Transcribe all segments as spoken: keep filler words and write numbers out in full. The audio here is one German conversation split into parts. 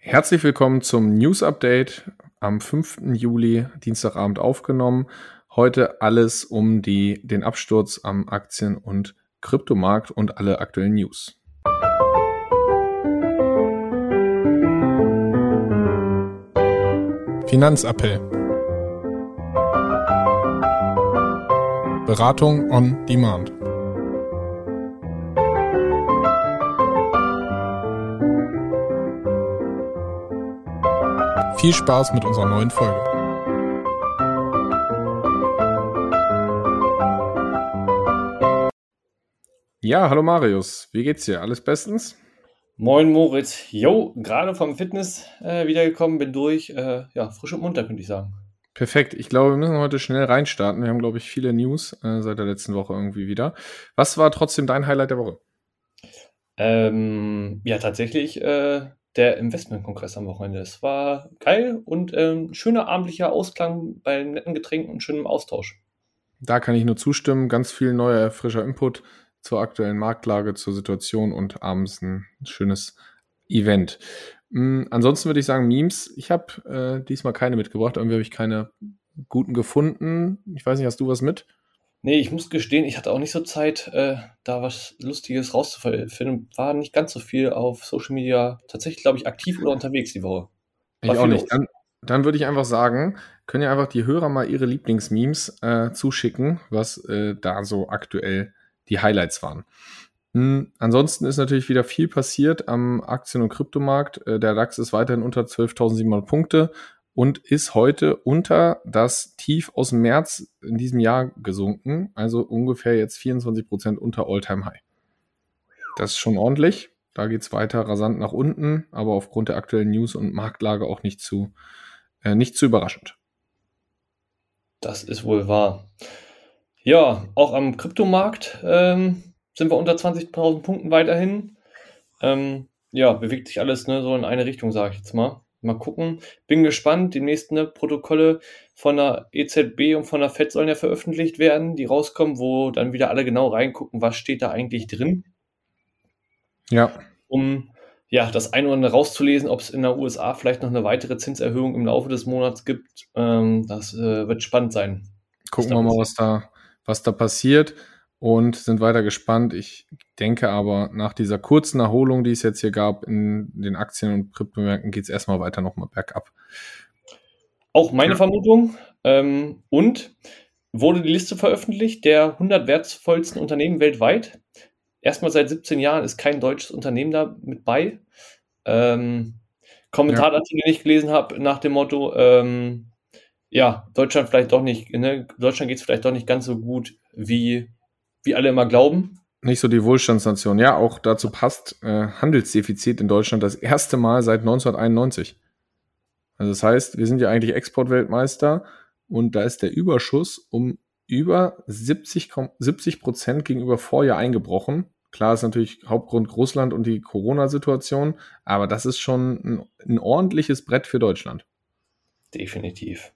Herzlich willkommen zum News Update am fünften Juli, Dienstagabend aufgenommen. Heute alles um die, den Absturz am Aktien- und Kryptomarkt und alle aktuellen News. Finanzappell. Beratung on Demand. Viel Spaß mit unserer neuen Folge. Ja, hallo Marius, wie geht's dir? Alles bestens? Moin Moritz, jo, gerade vom Fitness äh, wiedergekommen, bin durch, äh, ja, frisch und munter, könnte ich sagen. Perfekt, ich glaube, wir müssen heute schnell reinstarten. Wir haben, glaube ich, viele News äh, seit der letzten Woche irgendwie wieder. Was war trotzdem dein Highlight der Woche? Ähm, ja, tatsächlich äh, der Investmentkongress am Wochenende. Es war geil und ähm, schöner abendlicher Ausklang bei netten Getränken und schönem Austausch. Da kann ich nur zustimmen. Ganz viel neuer, frischer Input zur aktuellen Marktlage, zur Situation und abends ein schönes Event. Mhm, ansonsten würde ich sagen, Memes. Ich habe äh, diesmal keine mitgebracht. Irgendwie habe ich keine guten gefunden. Ich weiß nicht, hast du was mit? Nee, ich muss gestehen, ich hatte auch nicht so Zeit, äh, da was Lustiges rauszufinden. War nicht ganz so viel auf Social Media tatsächlich, glaube ich, aktiv oder unterwegs die Woche. War Ich auch viel nicht. los. Dann, dann würde ich einfach sagen, können ja einfach die Hörer mal ihre Lieblingsmemes äh, zuschicken, was äh, da so aktuell die Highlights waren. Hm, ansonsten ist natürlich wieder viel passiert am Aktien- und Kryptomarkt. Äh, der DAX ist weiterhin unter zwölftausendsiebenhundert Punkte und ist heute unter das Tief aus dem März in diesem Jahr gesunken. Also ungefähr jetzt vierundzwanzig Prozent unter All-Time-High. Das ist schon ordentlich. Da geht es weiter rasant nach unten, aber aufgrund der aktuellen News und Marktlage auch nicht zu, äh, nicht zu überraschend. Das ist wohl wahr. Ja, auch am Kryptomarkt ähm, sind wir unter zwanzigtausend Punkten weiterhin. Ähm, ja, bewegt sich alles ne, so in eine Richtung, sage ich jetzt mal. Mal gucken. Bin gespannt. Die nächsten ne, Protokolle von der E Z B und von der Fed sollen ja veröffentlicht werden, die rauskommen, wo dann wieder alle genau reingucken, was steht da eigentlich drin, Ja, um ja, das eine oder andere rauszulesen, ob es in der U S A vielleicht noch eine weitere Zinserhöhung im Laufe des Monats gibt. Ähm, das äh, wird spannend sein. gucken wir mal, was da, was da passiert und sind weiter gespannt. Ich denke aber, nach dieser kurzen Erholung, die es jetzt hier gab in den Aktien- und Kryptomärkten, geht es erstmal weiter nochmal bergab. Auch meine Ja. Vermutung. Ähm, und wurde die Liste veröffentlicht der hundert wertvollsten Unternehmen weltweit. Erstmal seit siebzehn Jahren ist kein deutsches Unternehmen da mit bei. Ähm, Kommentar Ja. dazu, den ich gelesen habe, nach dem Motto, ähm, ja, Deutschland vielleicht doch nicht, ne, Deutschland geht es vielleicht doch nicht ganz so gut, wie, wie alle immer glauben. Nicht so die Wohlstandsnation. Ja, auch dazu passt äh, Handelsdefizit in Deutschland das erste Mal seit neunzehnhunderteinundneunzig. Also das heißt, wir sind ja eigentlich Exportweltmeister und da ist der Überschuss um über siebzig Prozent gegenüber Vorjahr eingebrochen. Klar ist natürlich Hauptgrund Russland und die Corona-Situation, aber das ist schon ein, ein ordentliches Brett für Deutschland. Definitiv.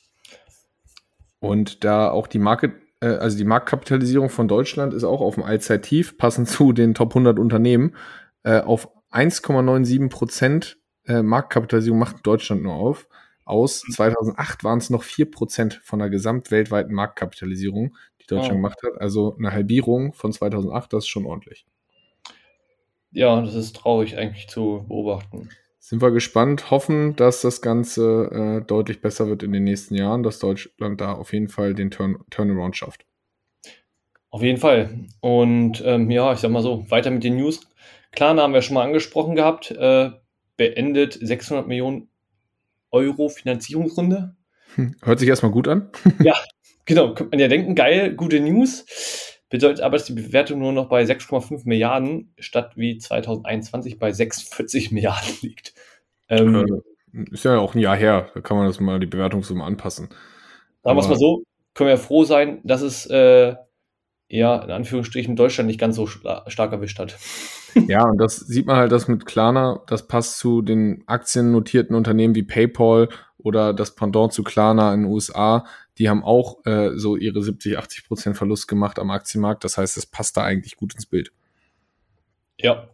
Und da auch die Market, äh, also die Marktkapitalisierung von Deutschland ist auch auf dem Allzeittief, passend zu den Top hundert Unternehmen, äh, auf eins Komma siebenundneunzig Prozent äh, Marktkapitalisierung macht Deutschland nur auf. Aus zweitausendacht waren es noch vier Prozent von der gesamtweltweiten Marktkapitalisierung, die Deutschland Oh. gemacht hat. Also eine Halbierung von zweitausendacht, das ist schon ordentlich. Ja, das ist traurig eigentlich zu beobachten. Sind wir gespannt, hoffen, dass das Ganze äh, deutlich besser wird in den nächsten Jahren, dass Deutschland da auf jeden Fall den Turn Turnaround schafft. Auf jeden Fall. Und ähm, ja, ich sag mal so, weiter mit den News. Klarna haben wir schon mal angesprochen gehabt, äh, beendet sechshundert Millionen Euro Finanzierungsrunde. Hm, hört sich erstmal gut an. Ja, genau, könnte man ja denken, geil, gute News. Bedeutet aber, dass die Bewertung nur noch bei sechs Komma fünf Milliarden statt wie zweitausendeinundzwanzig bei sechsundvierzig Milliarden liegt. Ähm, Äh, ist ja auch ein Jahr her, da kann man das mal die Bewertungssumme anpassen. sagen wir es Aber mal so, können wir froh sein, dass es äh, ja in Anführungsstrichen Deutschland nicht ganz so schla- stark erwischt hat. ja, und das sieht man halt, dass mit Klarna, das passt zu den aktiennotierten Unternehmen wie PayPal oder das Pendant zu Klarna in den U S A. Die haben auch äh, so ihre siebzig, achtzig Prozent Verlust gemacht am Aktienmarkt. Das heißt, es passt da eigentlich gut ins Bild. Ja.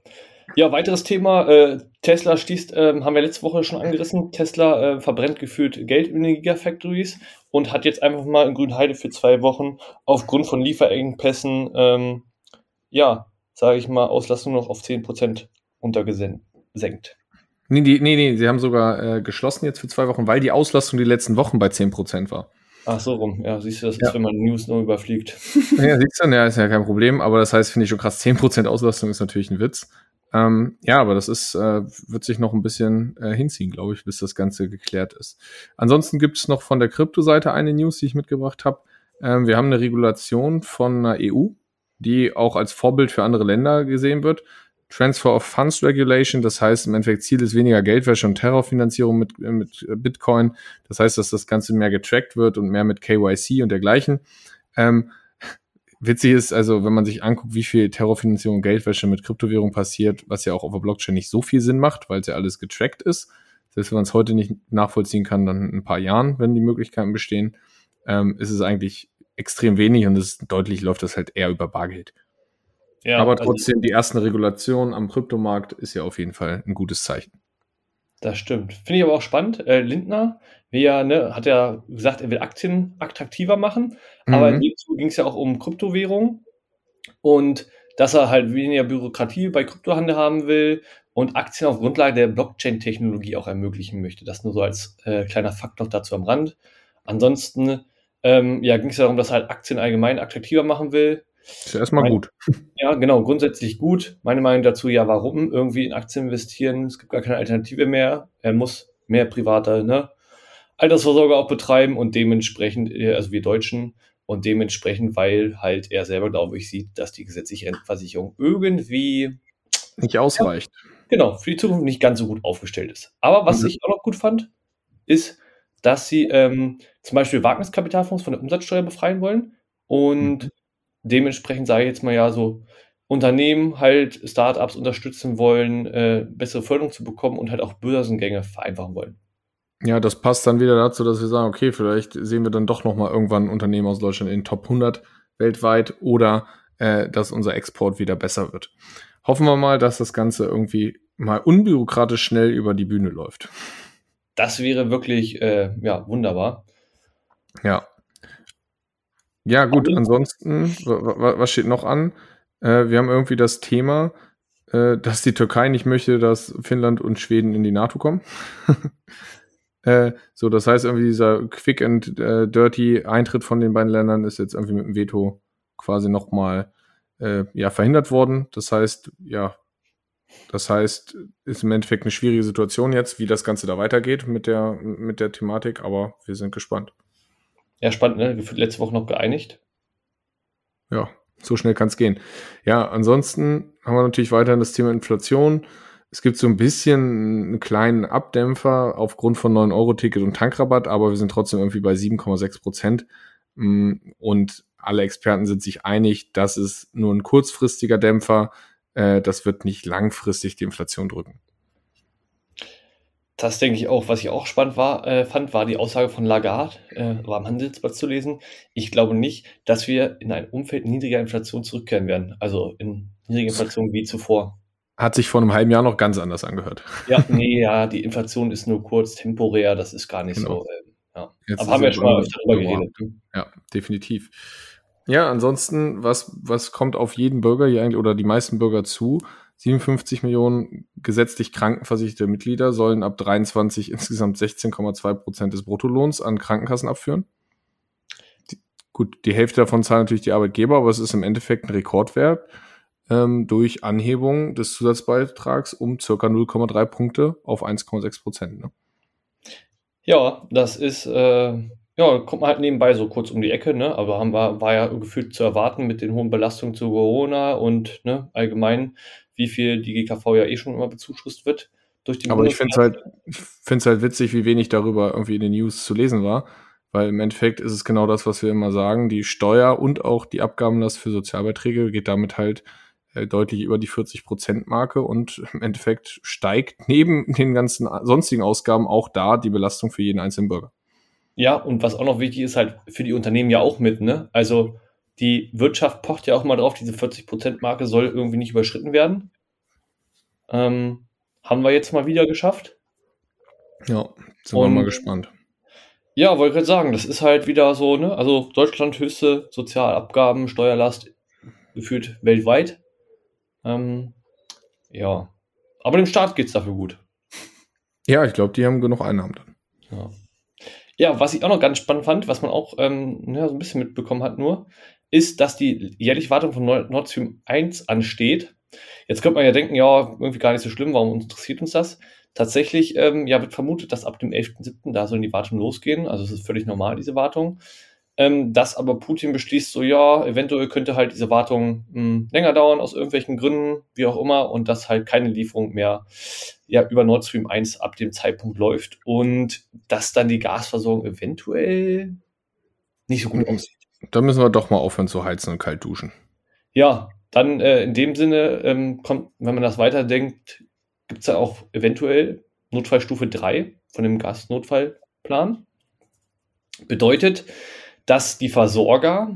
Ja, weiteres Thema, äh, Tesla schließt, ähm, haben wir letzte Woche schon angerissen, Tesla äh, verbrennt gefühlt Geld in den Gigafactories und hat jetzt einfach mal in Grünheide für zwei Wochen aufgrund von Lieferengpässen, ähm, ja, sage ich mal, Auslastung noch auf zehn Prozent runtergesenkt. Nee, die, nee, nee, sie haben sogar äh, geschlossen jetzt für zwei Wochen, weil die Auslastung die letzten Wochen bei zehn Prozent war. Ach so rum, ja, siehst du, das Ja. ist, wenn man News nur überfliegt. Ja, siehst du, ja, ist ja kein Problem, aber das heißt, finde ich schon krass, zehn Prozent Auslastung ist natürlich ein Witz. Ähm, ja, aber das ist, äh, wird sich noch ein bisschen äh, hinziehen, glaube ich, bis das Ganze geklärt ist. Ansonsten gibt es noch von der Krypto-Seite eine News, die ich mitgebracht habe. Ähm, wir haben eine Regulation von der E U, die auch als Vorbild für andere Länder gesehen wird. Transfer of Funds Regulation, das heißt im Endeffekt Ziel ist weniger Geldwäsche und Terrorfinanzierung mit, mit Bitcoin. Das heißt, dass das Ganze mehr getrackt wird und mehr mit K Y C und dergleichen. Ähm, witzig ist, also wenn man sich anguckt, wie viel Terrorfinanzierung und Geldwäsche mit Kryptowährung passiert, was ja auch auf der Blockchain nicht so viel Sinn macht, weil es ja alles getrackt ist. Selbst wenn man es heute nicht nachvollziehen kann, dann in ein paar Jahren, wenn die Möglichkeiten bestehen, ähm, ist es eigentlich extrem wenig und es deutlich läuft das halt eher über Bargeld. Ja, aber trotzdem, also die ersten Regulationen am Kryptomarkt ist ja auf jeden Fall ein gutes Zeichen. Das stimmt. Finde ich aber auch spannend. Äh, Lindner will ja, ne, hat ja gesagt, er will Aktien attraktiver machen, mhm. aber in dem Zuge ging es ja auch um Kryptowährung und dass er halt weniger Bürokratie bei Kryptohandel haben will und Aktien auf Grundlage der Blockchain-Technologie auch ermöglichen möchte. Das nur so als äh, kleiner Fakt noch dazu am Rand. Ansonsten ähm, ja, ging es ja darum, dass er halt Aktien allgemein attraktiver machen will. Ist ja erstmal gut. Ja, genau, grundsätzlich gut. Meine Meinung dazu, ja, warum irgendwie in Aktien investieren? Es gibt gar keine Alternative mehr. Er muss mehr private, ne, Altersvorsorge auch betreiben und dementsprechend, also wir Deutschen, und dementsprechend, weil halt er selber, glaube ich, sieht, dass die gesetzliche Rentenversicherung irgendwie nicht ausreicht. Ja, genau, für die Zukunft nicht ganz so gut aufgestellt ist. Aber was mhm. ich auch noch gut fand, ist, dass sie ähm, zum Beispiel Wagniskapitalfonds von der Umsatzsteuer befreien wollen und mhm. dementsprechend sage ich jetzt mal ja so, Unternehmen halt Startups unterstützen wollen, äh, bessere Förderung zu bekommen und halt auch Börsengänge vereinfachen wollen. Ja, das passt dann wieder dazu, dass wir sagen, okay, vielleicht sehen wir dann doch nochmal irgendwann ein Unternehmen aus Deutschland in den Top hundert weltweit oder äh, dass unser Export wieder besser wird. Hoffen wir mal, dass das Ganze irgendwie mal unbürokratisch schnell über die Bühne läuft. Das wäre wirklich, äh, ja, wunderbar. Ja. Ja, gut, okay. Ansonsten, was steht noch an? Äh, wir haben irgendwie das Thema, äh, dass die Türkei nicht möchte, dass Finnland und Schweden in die NATO kommen. äh, so, das heißt irgendwie dieser quick and äh, dirty Eintritt von den beiden Ländern ist jetzt irgendwie mit dem Veto quasi nochmal äh, ja, verhindert worden. Das heißt, ja, das heißt, ist im Endeffekt eine schwierige Situation jetzt, wie das Ganze da weitergeht mit der, mit der Thematik, aber wir sind gespannt. Ja, spannend, ne? Gefühlt letzte Woche noch geeinigt. Ja, so schnell kann es gehen. Ja, ansonsten haben wir natürlich weiterhin das Thema Inflation. Es gibt so ein bisschen einen kleinen Abdämpfer aufgrund von neun Euro Ticket und Tankrabatt, aber wir sind trotzdem irgendwie bei sieben Komma sechs Prozent. Und alle Experten sind sich einig, das ist nur ein kurzfristiger Dämpfer. Das wird nicht langfristig die Inflation drücken. Das denke ich auch. Was ich auch spannend war, äh, fand, war die Aussage von Lagarde, äh, war am Handelsblatt zu lesen. Ich glaube nicht, dass wir in ein Umfeld niedriger Inflation zurückkehren werden. Also in niedriger Inflation wie zuvor. Hat sich vor einem halben Jahr noch ganz anders angehört. Ja, nee, ja, die Inflation ist nur kurz temporär, das ist gar nicht genau. so. Äh, ja. Jetzt Aber haben wir ja schon mal öfter drüber geredet. Ja, definitiv. Ja, ansonsten, was, was kommt auf jeden Bürger hier eigentlich oder die meisten Bürger zu? siebenundfünfzig Millionen gesetzlich krankenversicherte Mitglieder sollen ab dreiundzwanzig insgesamt sechzehn Komma zwei Prozent des Bruttolohns an Krankenkassen abführen. Die, gut, die Hälfte davon zahlen natürlich die Arbeitgeber, aber es ist im Endeffekt ein Rekordwert ähm, durch Anhebung des Zusatzbeitrags um ca. null Komma drei Punkte auf eins Komma sechs Prozent. Ne? Ja, das ist, äh, ja, kommt man halt nebenbei so kurz um die Ecke, ne? Aber haben wir, war ja gefühlt zu erwarten mit den hohen Belastungen zu Corona und ne, allgemein, wie viel die G K V ja eh schon immer bezuschusst wird durch die Aber ich finde es halt, ich find's halt witzig, wie wenig darüber irgendwie in den News zu lesen war, weil im Endeffekt ist es genau das, was wir immer sagen, die Steuer und auch die Abgabenlast für Sozialbeiträge geht damit halt äh, deutlich über die vierzig Prozent Marke und im Endeffekt steigt neben den ganzen sonstigen Ausgaben auch da die Belastung für jeden einzelnen Bürger. Ja, und was auch noch wichtig ist, halt für die Unternehmen ja auch mit, ne? Also die Wirtschaft pocht ja auch mal drauf, diese vierzig Prozent Marke soll irgendwie nicht überschritten werden. Ähm, haben wir jetzt mal wieder geschafft. Ja, sind wir Und mal gespannt. ja, wollte gerade sagen, das ist halt wieder so, ne? Also Deutschland höchste Sozialabgaben, Steuerlast gefühlt weltweit. Ähm, ja, aber dem Staat geht's dafür gut. Ja, ich glaube, die haben genug Einnahmen dann. Ja. Ja, was ich auch noch ganz spannend fand, was man auch ähm, ja, so ein bisschen mitbekommen hat nur, ist, dass die jährliche Wartung von Nord Nord Stream eins ansteht. Jetzt könnte man ja denken, ja, irgendwie gar nicht so schlimm, warum interessiert uns das? Tatsächlich ähm, ja, wird vermutet, dass ab dem elften siebten da sollen die Wartungen losgehen. Also es ist völlig normal, diese Wartung. Ähm, dass aber Putin beschließt, so ja, eventuell könnte halt diese Wartung mh, länger dauern, aus irgendwelchen Gründen, wie auch immer, und dass halt keine Lieferung mehr ja, über Nord Stream eins ab dem Zeitpunkt läuft und dass dann die Gasversorgung eventuell nicht so gut aussieht. Da müssen wir doch mal aufhören zu heizen und kalt duschen. Ja, dann äh, in dem Sinne ähm, kommt, wenn man das weiterdenkt, gibt es ja auch eventuell Notfallstufe drei von dem Gasnotfallplan. Bedeutet, dass die Versorger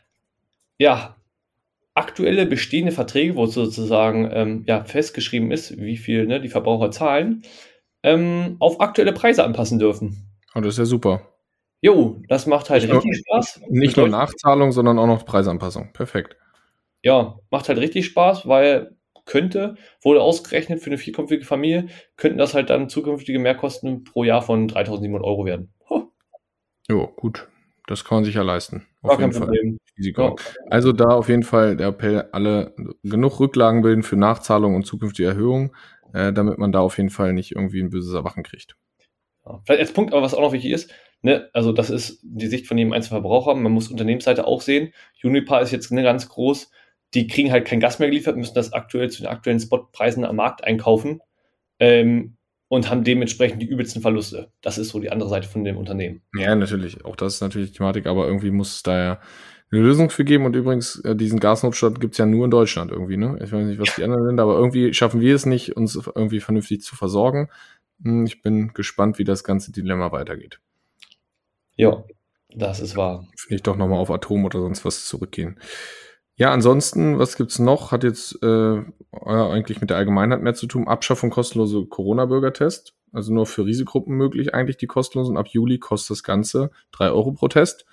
ja aktuelle bestehende Verträge, wo sozusagen ähm, ja, festgeschrieben ist, wie viel ne, die Verbraucher zahlen, ähm, auf aktuelle Preise anpassen dürfen. Und das ist ja super. Jo, das macht halt Nicht nur, richtig Spaß. nicht nur Bedeutet, Nachzahlung, sondern auch noch Preisanpassung. Perfekt. ja, macht halt richtig Spaß, weil könnte, wurde ausgerechnet für eine vierköpfige Familie, könnten das halt dann zukünftige Mehrkosten pro Jahr von dreitausendsiebenhundert Euro werden. Huh, Jo, gut. Das kann man sich ja leisten. gar Auf kein jeden Fall. Problem. Risiko. Ja. Also da auf jeden Fall der Appell, alle genug Rücklagen bilden für Nachzahlung und zukünftige Erhöhungen, äh, damit man da auf jeden Fall nicht irgendwie ein böses Erwachen kriegt. Ja. Vielleicht als Punkt, aber was auch noch wichtig ist, ne, also das ist die Sicht von jedem einzelnen Verbraucher. Man muss Unternehmensseite auch sehen. Uniper ist jetzt ne, ganz groß. Die kriegen halt kein Gas mehr geliefert, müssen das aktuell zu den aktuellen Spotpreisen am Markt einkaufen ähm, und haben dementsprechend die übelsten Verluste. Das ist so die andere Seite von dem Unternehmen. Ja, natürlich. Auch das ist natürlich die Thematik, aber irgendwie muss es da ja eine Lösung für geben. Und übrigens, äh, diesen Gasnotstand gibt's ja nur in Deutschland irgendwie, ne? Ich weiß nicht, was die anderen sind, aber irgendwie schaffen wir es nicht, uns irgendwie vernünftig zu versorgen. Hm, Ich bin gespannt, wie das ganze Dilemma weitergeht. Ja, das ist wahr. Vielleicht doch nochmal auf Atom oder sonst was zurückgehen. Ja, ansonsten, was gibt's noch? Hat jetzt äh, ja, eigentlich mit der Allgemeinheit mehr zu tun. Abschaffung kostenlose Corona-Bürgertest. Also nur für Risikogruppen möglich eigentlich die kostenlosen. Ab Juli kostet das Ganze drei Euro pro Test.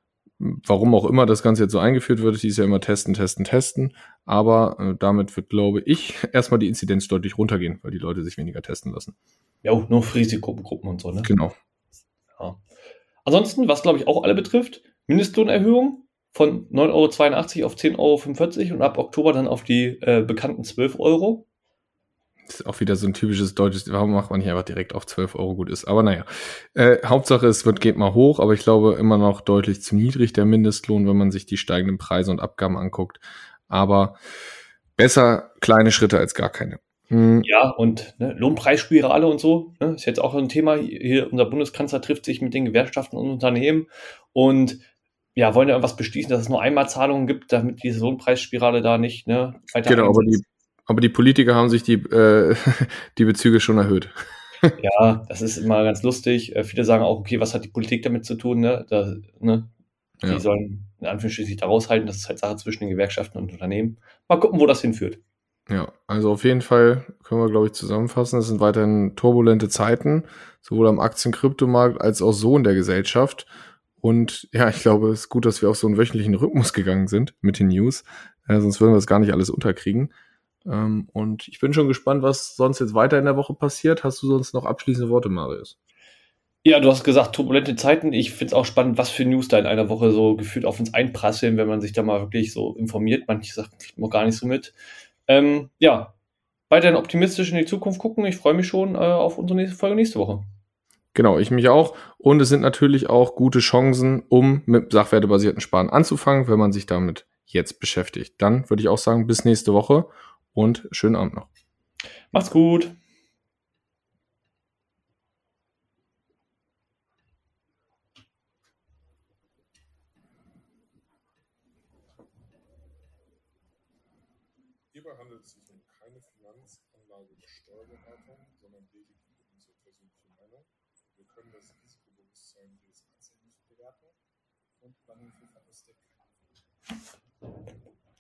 Warum auch immer das Ganze jetzt so eingeführt wird, hieß ja immer testen, testen, testen. Aber äh, damit wird, glaube ich, erstmal die Inzidenz deutlich runtergehen, weil die Leute sich weniger testen lassen. Ja, auch nur für Risikogruppen und so, ne? Genau. Ja. Ansonsten, was glaube ich auch alle betrifft, Mindestlohnerhöhung von neun Euro zweiundachtzig auf zehn Euro fünfundvierzig und ab Oktober dann auf die äh, bekannten zwölf Euro. Das ist auch wieder so ein typisches deutsches, warum macht man nicht einfach direkt auf zwölf Euro gut ist. Aber naja, äh, Hauptsache es wird, geht mal hoch, aber ich glaube immer noch deutlich zu niedrig der Mindestlohn, wenn man sich die steigenden Preise und Abgaben anguckt. Aber besser kleine Schritte als gar keine. Hm, Ja, und ne, Lohnpreisspirale und so, ne, ist jetzt auch ein Thema. Hier, unser Bundeskanzler trifft sich mit den Gewerkschaften und Unternehmen und ja, wollen ja irgendwas beschließen, dass es nur einmal Zahlungen gibt, damit diese Lohnpreisspirale da nicht ne, weiter genau, aber einsetzt. die, aber die Politiker haben sich die, äh, die Bezüge schon erhöht. Ja, das ist immer ganz lustig. Äh, viele sagen auch, okay, was hat die Politik damit zu tun? Ne? Da, ne? Die Ja. sollen in Anführungsstrichen sich da raushalten. Das ist halt Sache zwischen den Gewerkschaften und Unternehmen. Mal gucken, wo das hinführt. Ja, also auf jeden Fall können wir, glaube ich, zusammenfassen. Es sind weiterhin turbulente Zeiten, sowohl am Aktien-Kryptomarkt als auch so in der Gesellschaft. Und ja, ich glaube, es ist gut, dass wir auf so einen wöchentlichen Rhythmus gegangen sind mit den News. Äh, sonst würden wir das gar nicht alles unterkriegen. Ähm, und ich bin schon gespannt, was sonst jetzt weiter in der Woche passiert. Hast du sonst noch abschließende Worte, Marius? Ja, du hast gesagt, turbulente Zeiten. Ich finde es auch spannend, was für News da in einer Woche so gefühlt auf uns einprasseln, wenn man sich da mal wirklich so informiert. Manche Sachen kriegt man gar nicht so mit. Ähm, ja, weiterhin optimistisch in die Zukunft gucken. Ich freue mich schon äh, auf unsere nächste Folge nächste Woche. Genau, ich mich auch. Und es sind natürlich auch gute Chancen, um mit sachwertebasierten Sparen anzufangen, wenn man sich damit jetzt beschäftigt. Dann würde ich auch sagen, bis nächste Woche und schönen Abend noch. Macht's gut. Hierbei handelt es sich um keine Finanzanlage oder Steuerberatung, sondern lediglich um unsere persönliche Meinung. Wir können das Risikobewusstsein jedes Einzelnen nicht bewerten und übernehmen für Verluste keine Verantwortung.